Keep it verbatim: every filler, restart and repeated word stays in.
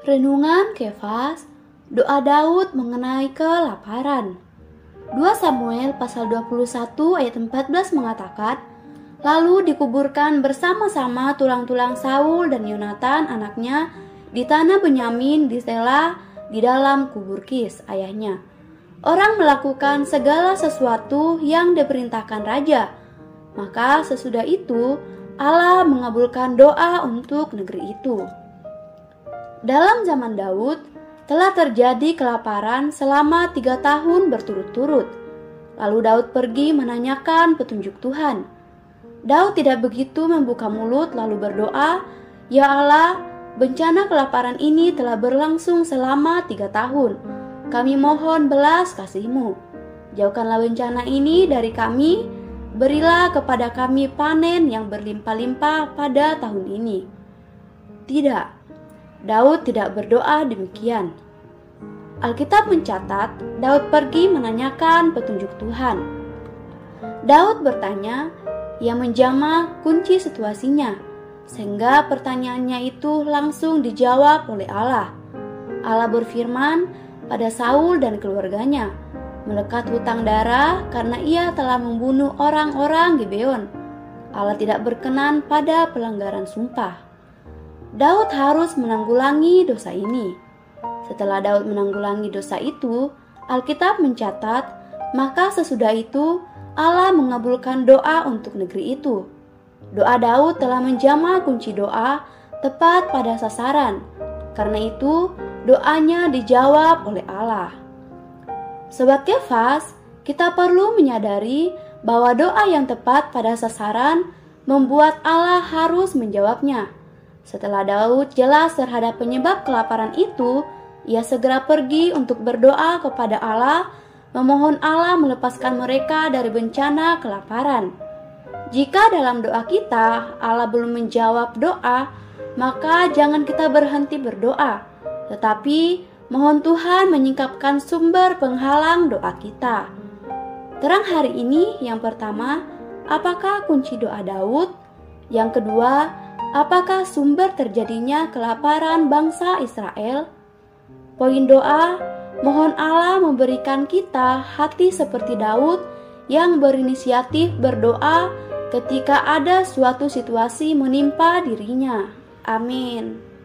Renungan Kefas, doa Daud mengenai kelaparan. dua Samuel pasal dua puluh satu ayat empat belas mengatakan, lalu dikuburkan bersama-sama tulang-tulang Saul dan Yonatan anaknya di tanah Benyamin di Sela di dalam kubur Kis ayahnya. Orang melakukan segala sesuatu yang diperintahkan raja. Maka sesudah itu Allah mengabulkan doa untuk negeri itu. Dalam zaman Daud, telah terjadi kelaparan selama tiga tahun berturut-turut. Lalu Daud pergi menanyakan petunjuk Tuhan. Daud tidak begitu membuka mulut lalu berdoa, "Ya Allah, bencana kelaparan ini telah berlangsung selama tiga tahun. Kami mohon belas kasih-Mu. Jauhkanlah bencana ini dari kami, berilah kepada kami panen yang berlimpah-limpah pada tahun ini." Tidak. Daud tidak berdoa demikian. Alkitab mencatat, Daud pergi menanyakan petunjuk Tuhan. Daud bertanya, ia menjamah kunci situasinya, sehingga pertanyaannya itu langsung dijawab oleh Allah. Allah berfirman pada Saul dan keluarganya, melekat hutang darah karena ia telah membunuh orang-orang Gibeon. Allah tidak berkenan pada pelanggaran sumpah. Daud harus menanggulangi dosa ini. Setelah Daud menanggulangi dosa itu, Alkitab mencatat, maka sesudah itu Allah mengabulkan doa untuk negeri itu. Doa Daud telah menjamah kunci doa tepat pada sasaran. Karena itu, doanya dijawab oleh Allah. Sobat Kefas, kita perlu menyadari bahwa doa yang tepat pada sasaran membuat Allah harus menjawabnya. Setelah Daud jelas terhadap penyebab kelaparan itu, ia segera pergi untuk berdoa kepada Allah, memohon Allah melepaskan mereka dari bencana kelaparan. Jika dalam doa kita Allah belum menjawab doa, maka jangan kita berhenti berdoa, tetapi mohon Tuhan menyingkapkan sumber penghalang doa kita. Terang hari ini yang pertama, apakah kunci doa Daud? Yang kedua, apakah sumber terjadinya kelaparan bangsa Israel? Poin doa, mohon Allah memberikan kita hati seperti Daud yang berinisiatif berdoa ketika ada suatu situasi menimpa dirinya. Amin.